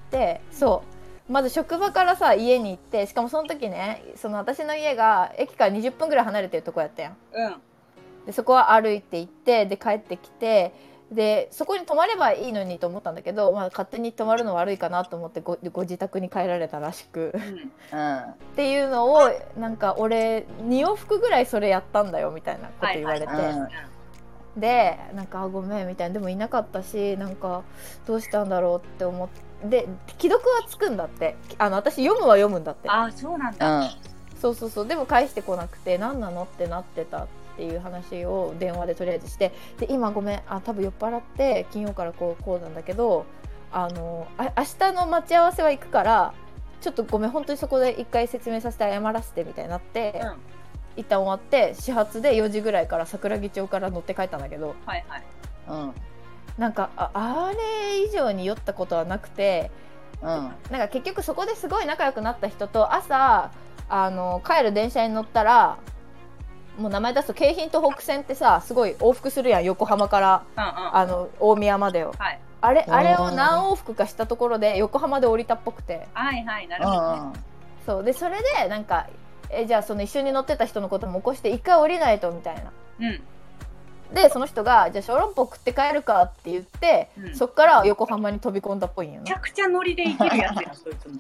そうまず職場からさ家に行って、しかもその時ね、その私の家が駅から20分ぐらい離れてるとこやったやん、でそこは歩いて行って、で帰ってきて、でそこに泊まればいいのにと思ったんだけど、勝手に泊まるの悪いかなと思って ご自宅に帰られたらしく、っていうのをなんか俺2往復ぐらいそれやったんだよみたいなこと言われて、でなんかごめんみたいな、でもいなかったし、なんかどうしたんだろうって思って、で既読はつくんだって、私読むは読むんだって。 あ、そうなんだ、 そうでも返してこなくて、何なのってなってたっていう話を電話でとりあえずして、で今ごめん、多分酔っ払って金曜からこうなんだけど、明日の待ち合わせは行くからちょっとごめん、本当にそこで一回説明させて謝らせてみたいになって、一旦終わって始発で4時ぐらいから桜木町から乗って帰ったんだけど、なんかあれ以上に酔ったことはなくて、なんか結局そこですごい仲良くなった人と朝帰る電車に乗ったら、もう名前出すと京浜東北線ってさすごい往復するやん、横浜から、大宮までを、あれを何往復かしたところで横浜で降りたっぽくて、 なるほどね。 そうで、それでなんかじゃあその一緒に乗ってた人のことも起こして一回降りないとみたいな、でその人がじゃあ小籠包食って帰るかって言って、そっから横浜に飛び込んだっぽいんよね。 めちゃくちゃノリで生きるやつやんそいつも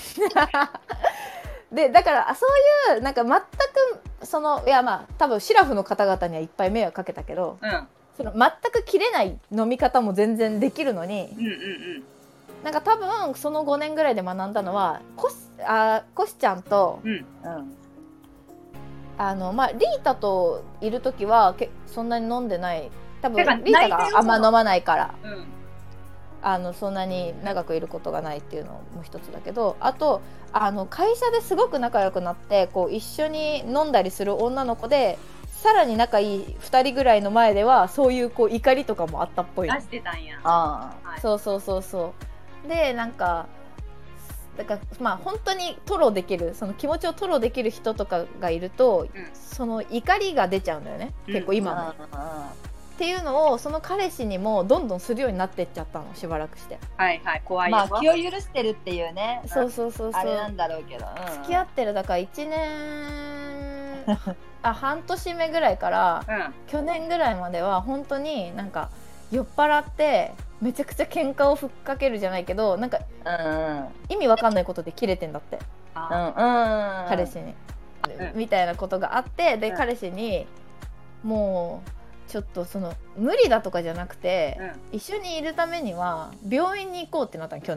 でだからそういうなんか全くいや多分シラフの方々にはいっぱい迷惑かけたけど、その全く切れない飲み方も全然できるのに、なんか多分その5年ぐらいで学んだのはコシちゃんと、リータといる時はそんなに飲んでない、多分リータがあんま飲まないから、そんなに長くいることがないっていうのも一つだけど、あと会社ですごく仲良くなってこう一緒に飲んだりする女の子でさらに仲いい2人ぐらいの前ではそういうこう怒りとかもあったっぽいの。 出してたんや。 そうでなんかだから本当に吐露できる、その気持ちを吐露できる人とかがいると、その怒りが出ちゃうんだよね、結構今も、っていうのをその彼氏にもどんどんするようになってっちゃったの、しばらくして。 怖いよ。気を許してるっていうね。 そうあれなんだろうけど、 付き合ってるだから1年半年目ぐらいから、去年ぐらいまでは本当になんか酔っ払ってめちゃくちゃ喧嘩をふっかけるじゃないけど、なんか、意味わかんないことでキレてんだって、彼氏に、みたいなことがあって、で、彼氏にもうちょっと無理だとかじゃなくて、一緒にいるためには病院に行こうってなったの去年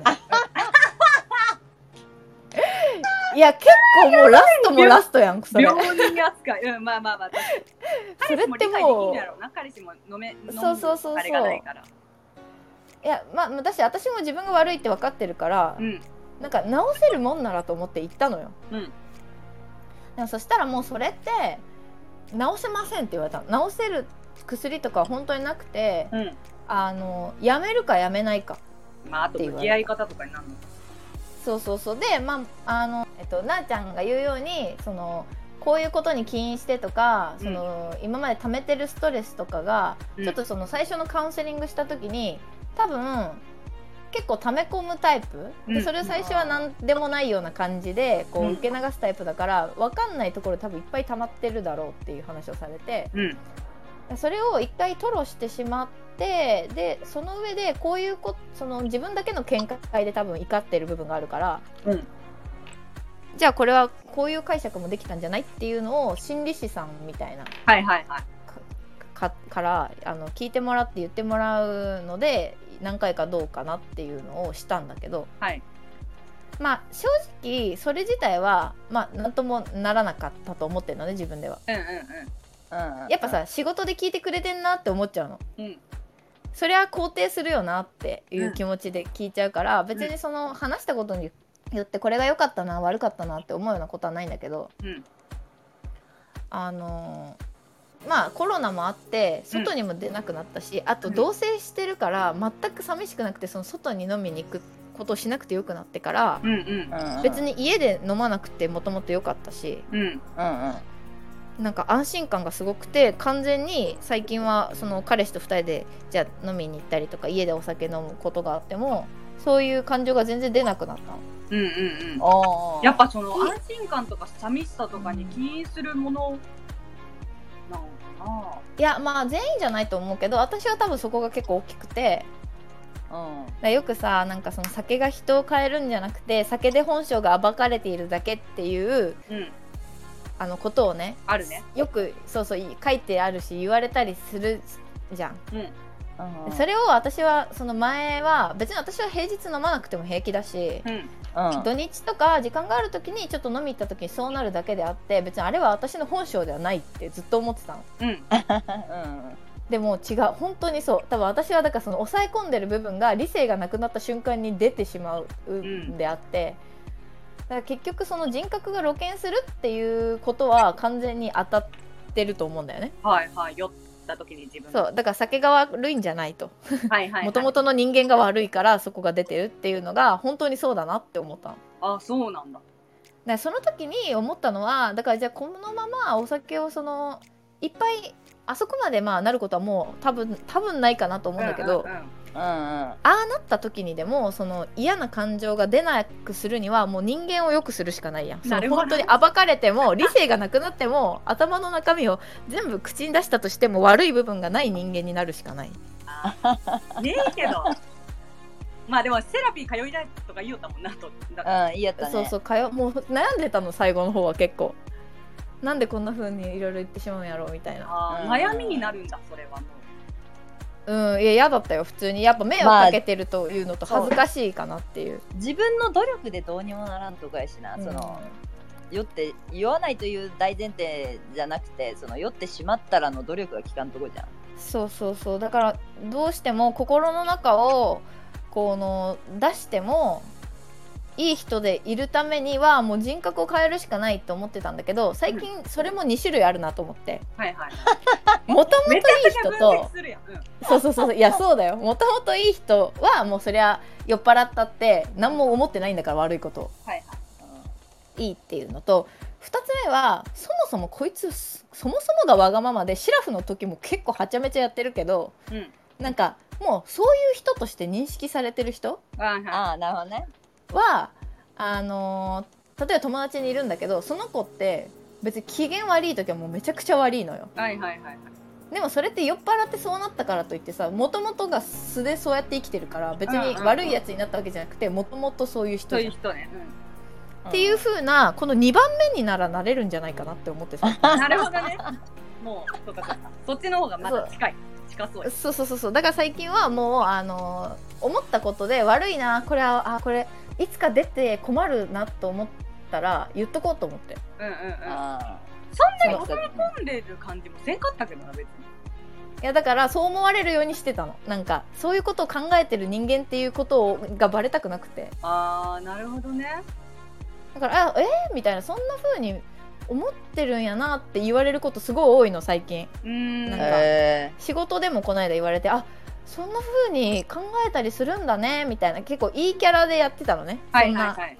いや結構もうラストもラストやん、それ病人扱い、それってもう彼氏も飲むあれがないから、 いや私も自分が悪いって分かってるから、なんか直せるもんならと思って行ったのよ、でもそしたらもうそれって直せませんって言われたの。直せる薬とかは本当になくて、やめるかやめないか、 あと向き合い方とかになるの。 そうでなあちゃんが言うようにこういうことに起因してとか、その今まで溜めてるストレスとかが、ちょっとその最初のカウンセリングした時に多分結構溜め込むタイプで、それを最初は何でもないような感じでこう受け流すタイプだから、分かんないところ多分いっぱい溜まってるだろうっていう話をされて、それを一回吐露してしまって、でその上でこういうその自分だけの見解で多分怒ってる部分があるから、じゃあこれはこういう解釈もできたんじゃないっていうのを心理師さんみたいなから聞いてもらって言ってもらうので何回かどうかなっていうのをしたんだけど、まあ正直それ自体はまあ何ともならなかったと思ってるのね、自分では。やっぱさ、仕事で聞いてくれてんなって思っちゃうの、それは肯定するよなっていう気持ちで聞いちゃうから、別にその話したことによってこれが良かったな悪かったなって思うようなことはないんだけど、まあコロナもあって外にも出なくなったし、あと同棲してるから全く寂しくなくて、その外に飲みに行くことをしなくてよくなってから、別に家で飲まなくてもともとよかったし、なんか安心感がすごくて、完全に最近はその彼氏と2人でじゃあ飲みに行ったりとか家でお酒飲むことがあってもそういう感情が全然出なくなったの。 やっぱその安心感とか寂しさとかに起因するものなのかな。 いやまあ全員じゃないと思うけど、私は多分そこが結構大きくて、よくさなんかその酒が人を変えるんじゃなくて酒で本性が暴かれているだけっていう、ことをね、 あるね、 よくそう書いてあるし言われたりするじゃん。それを私はその前は別に私は平日飲まなくても平気だし、土日とか時間がある時にちょっと飲み行った時にそうなるだけであって、別にあれは私の本性ではないってずっと思ってたの。でも違う、本当にそう。多分私はだからその抑え込んでる部分が理性がなくなった瞬間に出てしまうんであって、だから結局その人格が露見するっていうことは完全に当たってると思うんだよね。 酔った時に自分そうだから酒が悪いんじゃないと、もともとの人間が悪いからそこが出てるっていうのが本当にそうだなって思ったの。 あ、そうなんだ。 でその時に思ったのは、だからじゃあこのままお酒をそのいっぱいあそこまでまあなることはもう多分ないかなと思うんだけど、ああなった時にでもその嫌な感情が出なくするにはもう人間を良くするしかないやん。その本当に暴かれても理性がなくなっても頭の中身を全部口に出したとしても悪い部分がない人間になるしかない。 ねえけどまあでもセラピー通いたいとか言いよったもんなと。 言いやったね。 そうもう悩んでたの最後の方は結構。なんでこんな風にいろいろ言ってしまうんやろうみたいな。 悩みになるんだそれはもう。いや嫌だったよ普通に。やっぱ迷惑かけてるというのと恥ずかしいかなっていう。 自分の努力でどうにもならんとかやしな、その酔って酔わないという大前提じゃなくて、その酔ってしまったらの努力が効かんとこじゃん。 そうだからどうしても心の中をこの出してもいい人でいるためにはもう人格を変えるしかないと思ってたんだけど、最近それも2種類あるなと思って、もともといい人とそういやそうだよ、もともといい人はもうそりゃ酔っ払ったって何も思ってないんだから悪いこと、いいっていうのと、2つ目はそもそもこいつそもそもがわがままでシラフの時も結構はちゃめちゃやってるけど、なんかもうそういう人として認識されてる人なるほどねは例えば友達にいるんだけど、その子って別に機嫌悪い時はもうめちゃくちゃ悪いのよ。でもそれって酔っ払ってそうなったからといってさ、もともとが素でそうやって生きてるから別に悪いやつになったわけじゃなくて、もともとそういう人じゃん。っていう風なこの2番目になれるんじゃないかなって思ってさ。 なるほどね。もうそっちの方がまだ近そう。 そうだから最近はもう思ったことで悪いなこれいつか出て困るなと思ったら言っとこうと思って。そんなに抑え込んでる感じもせんかったけどな別に。いやだからそう思われるようにしてたの。なんかそういうことを考えてる人間っていうことがバレたくなくて。 なるほどね。 だからみたいな、そんな風に思ってるんやなって言われることすごい多いの最近。なんか仕事でもこの間言われて、そんな風に考えたりするんだねみたいな、結構いいキャラでやってたのね。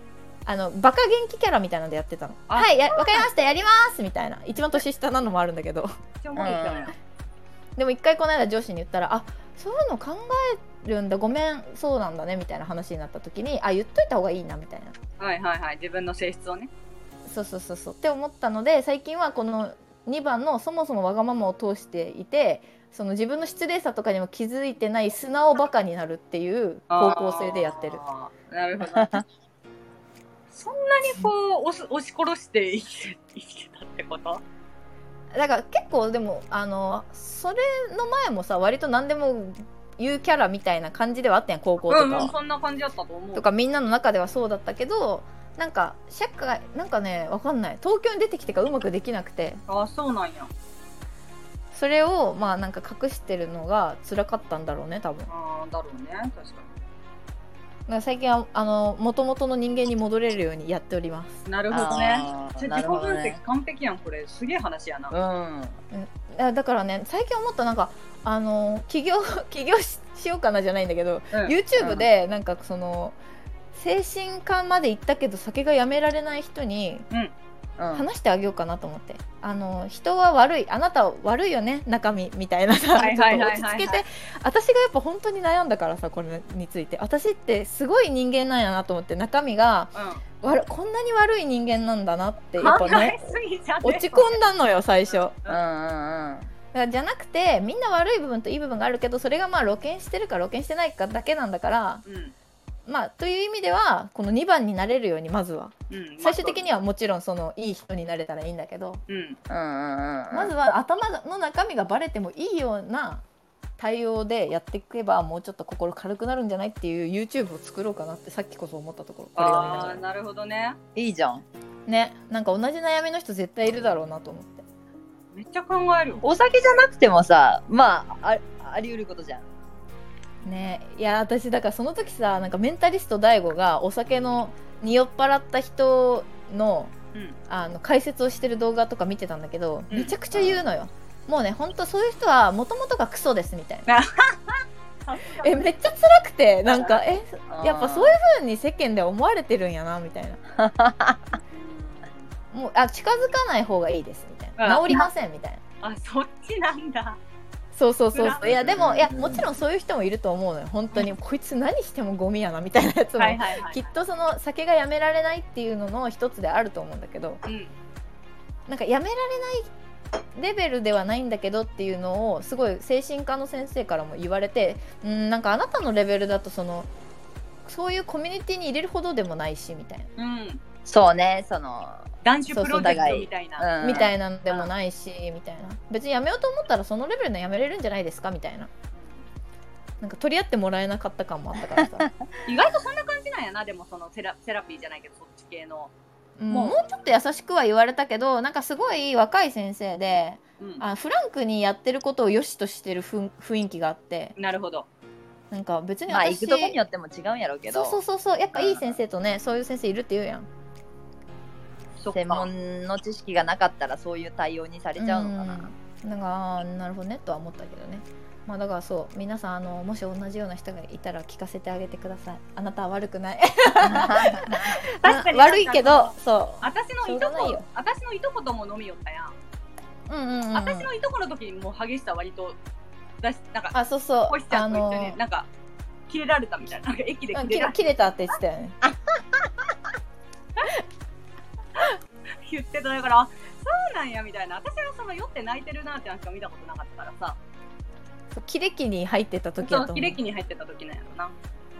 バカ元気キャラみたいなのでやってたの。はい、わかりました、やりますみたいな。一番年下なのもあるんだけどでも一回この間上司に言ったら、あ、そういうの考えるんだ、ごめん、そうなんだねみたいな話になった時に、あ、言っといた方がいいなみたいな。 はいはいはい、自分の性質をね。 そうって思ったので、最近はこの2番のそもそもわがままを通していて、その自分の失礼さとかにも気づいてない素直バカになるっていう方向性でやってる。 なるほどそんなにこう押し殺して生きてたってこと？ だから結構でもそれの前もさ、割と何でも言うキャラみたいな感じではあったやん、高校とかは。 そんな感じだったと思う。 とかみんなの中ではそうだったけど、なんか社会なんかね、わかんない、東京に出てきてからうまくできなくて。 あ、そうなんや。 それをまあなんか隠してるのが辛かったんだろうね、多分。 あ、だろうね、確かに。 だから最近は元々の人間に戻れるようにやっております。 なるほどね。自己分析完璧やん、これすげえ話やな。 だからね、最近思った、なんか起業 しようかなじゃないんだけど、YouTube でなんかその精神科まで行ったけど酒がやめられない人に話してあげようかなと思って、人は悪い、あなたは悪いよね中身みたいなさ、ちょっと落ち着けて、私がやっぱ本当に悩んだからさ、これについて、私ってすごい人間なんやなと思って、中身が、こんなに悪い人間なんだなってやっぱね落ち込んだのよ最初。だからじゃなくて、みんな悪い部分といい部分があるけど、それがまあ露見してるか露見してないかだけなんだから、まあという意味ではこの2番になれるように、まずは、最終的にはもちろんそのいい人になれたらいいんだけど、まずは頭の中身がバレてもいいような対応でやっていけば、もうちょっと心軽くなるんじゃないっていう YouTube を作ろうかなってさっきこそ思ったところ。これを見ながら。 なるほどね。 いいじゃんね。なんか同じ悩みの人絶対いるだろうなと思って。 めっちゃ考える。 お酒じゃなくてもさ、まああり得ることじゃんね。いや私だからその時さ、なんかメンタリスト DAIGO がお酒に酔っ払った人の、解説をしてる動画とか見てたんだけど、めちゃくちゃ言うのよ。もうね、ほんとそういう人はもともとがクソですみたいなめっちゃ辛くて、なんかやっぱそういう風に世間で思われてるんやなみたいなもう近づかない方がいいですみたいな、治りませんみたいな。そっちなんだ。 そういやでももちろんそういう人もいると思うのよ本当に、こいつ何してもゴミやなみたいなやつも、きっとその酒がやめられないっていうのの一つであると思うんだけど、なんかやめられないレベルではないんだけどっていうのをすごい精神科の先生からも言われて、なんかあなたのレベルだとそういうコミュニティに入れるほどでもないしみたいな、 そうね、その男子プロジェクトみたいな、 みたいなのでもないし、みたいな、別にやめようと思ったらそのレベルでやめれるんじゃないですかみたいな、なんか取り合ってもらえなかった感もあったからさ意外とそんな感じなんやな。でもそのセラピーじゃないけどそっち系のもうちょっと優しくは言われたけど、なんかすごい若い先生で、フランクにやってることを良しとしてる雰囲気があって。 なるほど。 なんか別に行くとこによっても違うんやろうけど、 そうやっぱいい先生とね、そういう先生いるって言うやん。 専門の知識がなかったらそういう対応にされちゃうのかな。 なんかなるほどねとは思ったけどね。まあだからそう皆さんもし同じような人がいたら聞かせてあげてください。あなたは悪くない確かに悪いけど、そう私のいとことも飲みよったやん。私のいとこの時にもう激しさ割となんかそう星ちゃんと一緒になんかキレられたみたいな、なんか駅でキレたって言ってたよね言ってた。だからそうなんやみたいな。私はその酔って泣いてるなってなんか見たことなかったからさ。 キレ期に入ってた時だと思う。 キレ期に入ってた時なんやろな。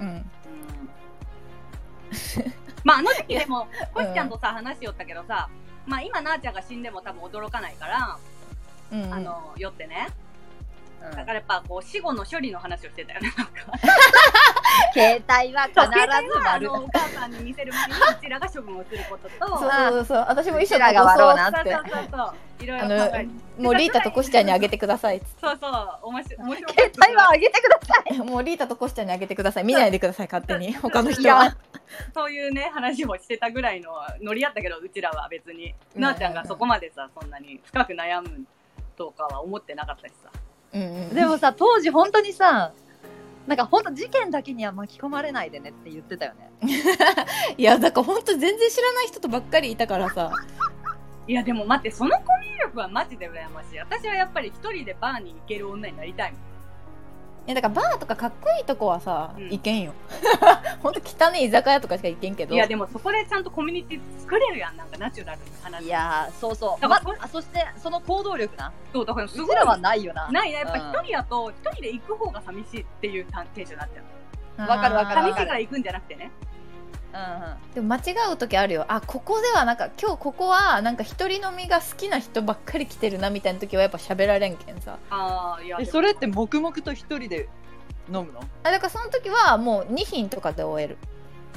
まああの時でも星ちゃんとさ話しよったけどさ、まあ今なーちゃんが死んでも多分驚かないから、酔ってね。だからやっぱこう死後の処理の話をしてたよね。なんか携帯は必ず丸お母さんに見せる前にうちらが処分をすることと、 そう私も一緒が割ろうなって、 いろいろもうリータとコシちゃんにあげてください。 そう面白い。 携帯はあげてください。 もうリータとコシちゃんにあげてください。見ないでください勝手に他の人は。 そういうね話をしてたぐらいのノリやったけど、うちらは別になーちゃんがそこまでさそんなに深く悩むとかは思ってなかったしさ。 でもさ当時本当にさなんかほんと事件だけには巻き込まれないでねって言ってたよね。 いやだからほんと全然知らない人とばっかりいたからさ。 いやでも待って、そのコミュ力はマジで羨ましい。私はやっぱり一人でバーに行ける女になりたいもん。 いやだからバーとかかっこいいとこはさ、行けんよ。ほんと汚い居酒屋とかしか行けんけど。 いやでもそこでちゃんとコミュニティ作れるやん、なんかナチュラルな話。 いやそうそう。そしてその行動力な。 そうだからすごい。うちらはないよな。 ないな、やっぱ一人やと一人で行く方が寂しいっていうテンションになっちゃう。 わかるわかる。 寂しいから行くんじゃなくてね。 でも間違う時あるよ。あ、ここではなんか今日ここはなんか一人飲みが好きな人ばっかり来てるなみたいな時はやっぱ喋られんけんさ。 いやそれって黙々と一人で飲むの？ だからその時はもう2品とかで終える。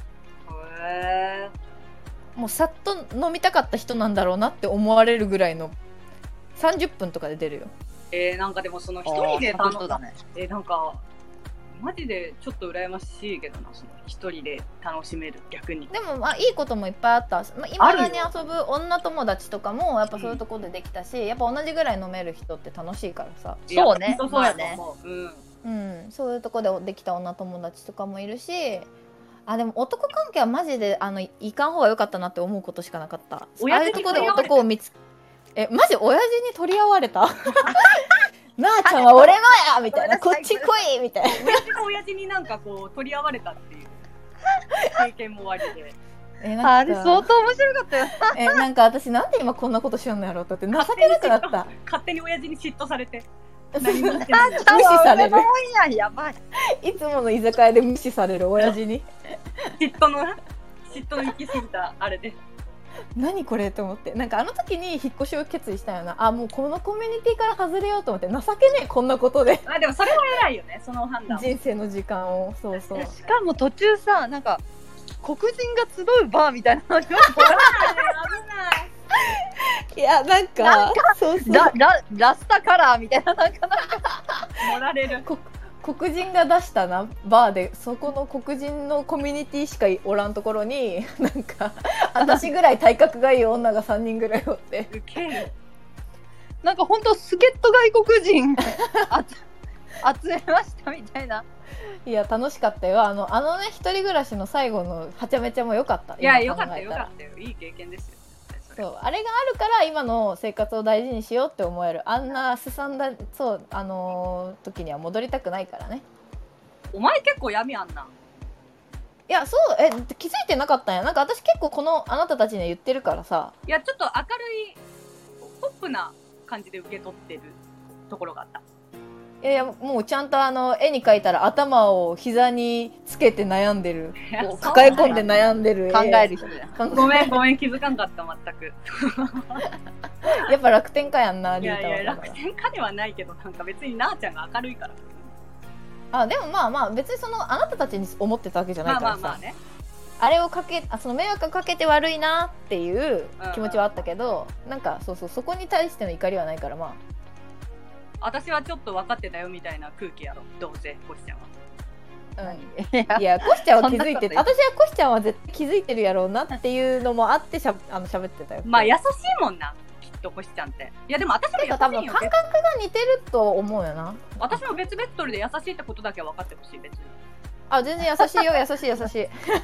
もうさっと飲みたかった人なんだろうなって思われるぐらいの30分とかで出るよ。 なんかでもその一人でなんかマジでちょっと羨ましいけどな、その一人で楽しめる。逆にでもまあいいこともいっぱいあった。今だに遊ぶ女友達とかもやっぱそういうところでできたし、やっぱ同じぐらい飲める人って楽しいからさ。 そうね。 そうやね。 そういうところでできた女友達とかもいるし、でも男関係はマジでいかん方が良かったなって思うことしかなかった。ああいうところで男をマジ親父に取り合われた。なあちゃんは俺のやみたいな、こっち来いみたいな。 親父と親父になんかこう取り合われたっていう経験もありで。 あれ相当面白かったよ。 なんか私なんで今こんなことしよんのやろうとって情けなくなった。 勝手に親父に嫉妬されて。 無視される。 やばい。 いつもの居酒屋で無視される親父に。 嫉妬の行き過ぎたあれで。 何これと思って、なんかあの時に引っ越しを決意したよな。もうこのコミュニティから外れようと思って。情けねえこんなことで。 でもそれは偉いよね、その判断。 人生の時間を。そうそう。 しかも途中さ、なんか黒人が集うバーみたいなの。危ない。 いやなんかそうそうラスタカラーみたいな、なんか盛られる。 黒人が出したなバーで、そこの黒人のコミュニティしかおらんところになんか私ぐらい体格がいい女が3人ぐらいおって、 ウケる。 なんかほんと助っ人外国人集めましたみたいな。 いや楽しかったよ。ね一人暮らしの最後のはちゃめちゃも良かった。 いやよかったよいい経験ですよ。 そうあれがあるから今の生活を大事にしようって思える。あんなすさんだ時には戻りたくないからね。 お前結構闇あんな。 いやそう気づいてなかったんや。なんか私結構このあなたたちには言ってるからさ。 いやちょっと明るいポップな感じで受け取ってるところがあった。 いやもうちゃんと絵に描いたら頭を膝につけて悩んでる、抱え込んで悩んでる、 考える人や。 ごめん気づかんかった全く。 やっぱ楽天家やんな。 いや楽天家ではないけど、なんか別になあちゃんが明るいから。 でもまあ別にあなたたちに思ってたわけじゃないからさ。まあね。あれをその迷惑をかけて悪いなっていう気持ちはあったけど、なんかそこに対しての怒りはないから。まあ私はちょっと分かってたよみたいな空気やろ、どうせコシちゃんは。いやコシちゃんは気づいて私はコシちゃんは絶対気づいてるやろうなっていうのもあって喋ってたよ。 まあ優しいもんな、きっとコシちゃんって。いやでも私も優しいよ。 多分感覚が似てると思うよな。 私も別ベクトルで優しいってことだけは分かってほしい。別に全然優しいよ優しい優しい優しい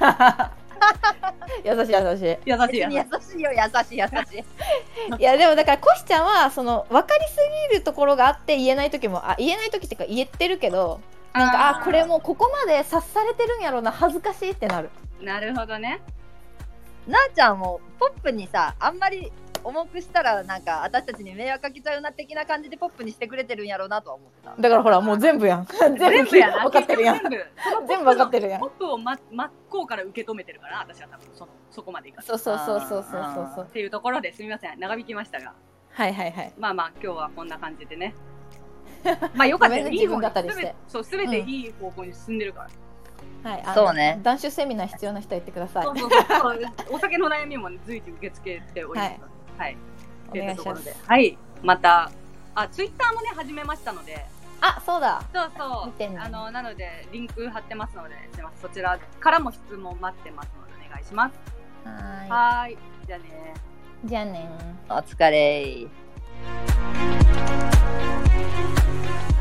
よ優しい。 いやでもだからコシちゃんは分かりすぎるところがあって言えない時も言えない時っていうか言ってるけど、なんかこれもうここまで察されてるんやろうな、恥ずかしいってなる。 なるほどね。 なあちゃんもポップにさ、あんまり重くしたらなんか私たちに迷惑かけちゃうな的な感じでポップにしてくれてるんやろうなとは思ってた。 だからほらもう全部やん。全部やな。分かってるやん。全部分かってるやん。 ポップを真っ向から受け止めてるから私は多分そこまでいかない。 そうっていうところですみません、長引きましたが。 はい。 まあ今日はこんな感じでね。まあよかったよ。 自分語りして。 そう全ていい方向に進んでるから。 はい、 そうね。 断酒セミナー必要な人は言ってください。 そうお酒の悩みも随時受け付けております。はい。 お願いします。 はい。またツイッターもね始めましたので。 そうだ。 そう。なのでリンク貼ってますので、そちらからも質問待ってますのでお願いします。はい。じゃあね。 お疲れ。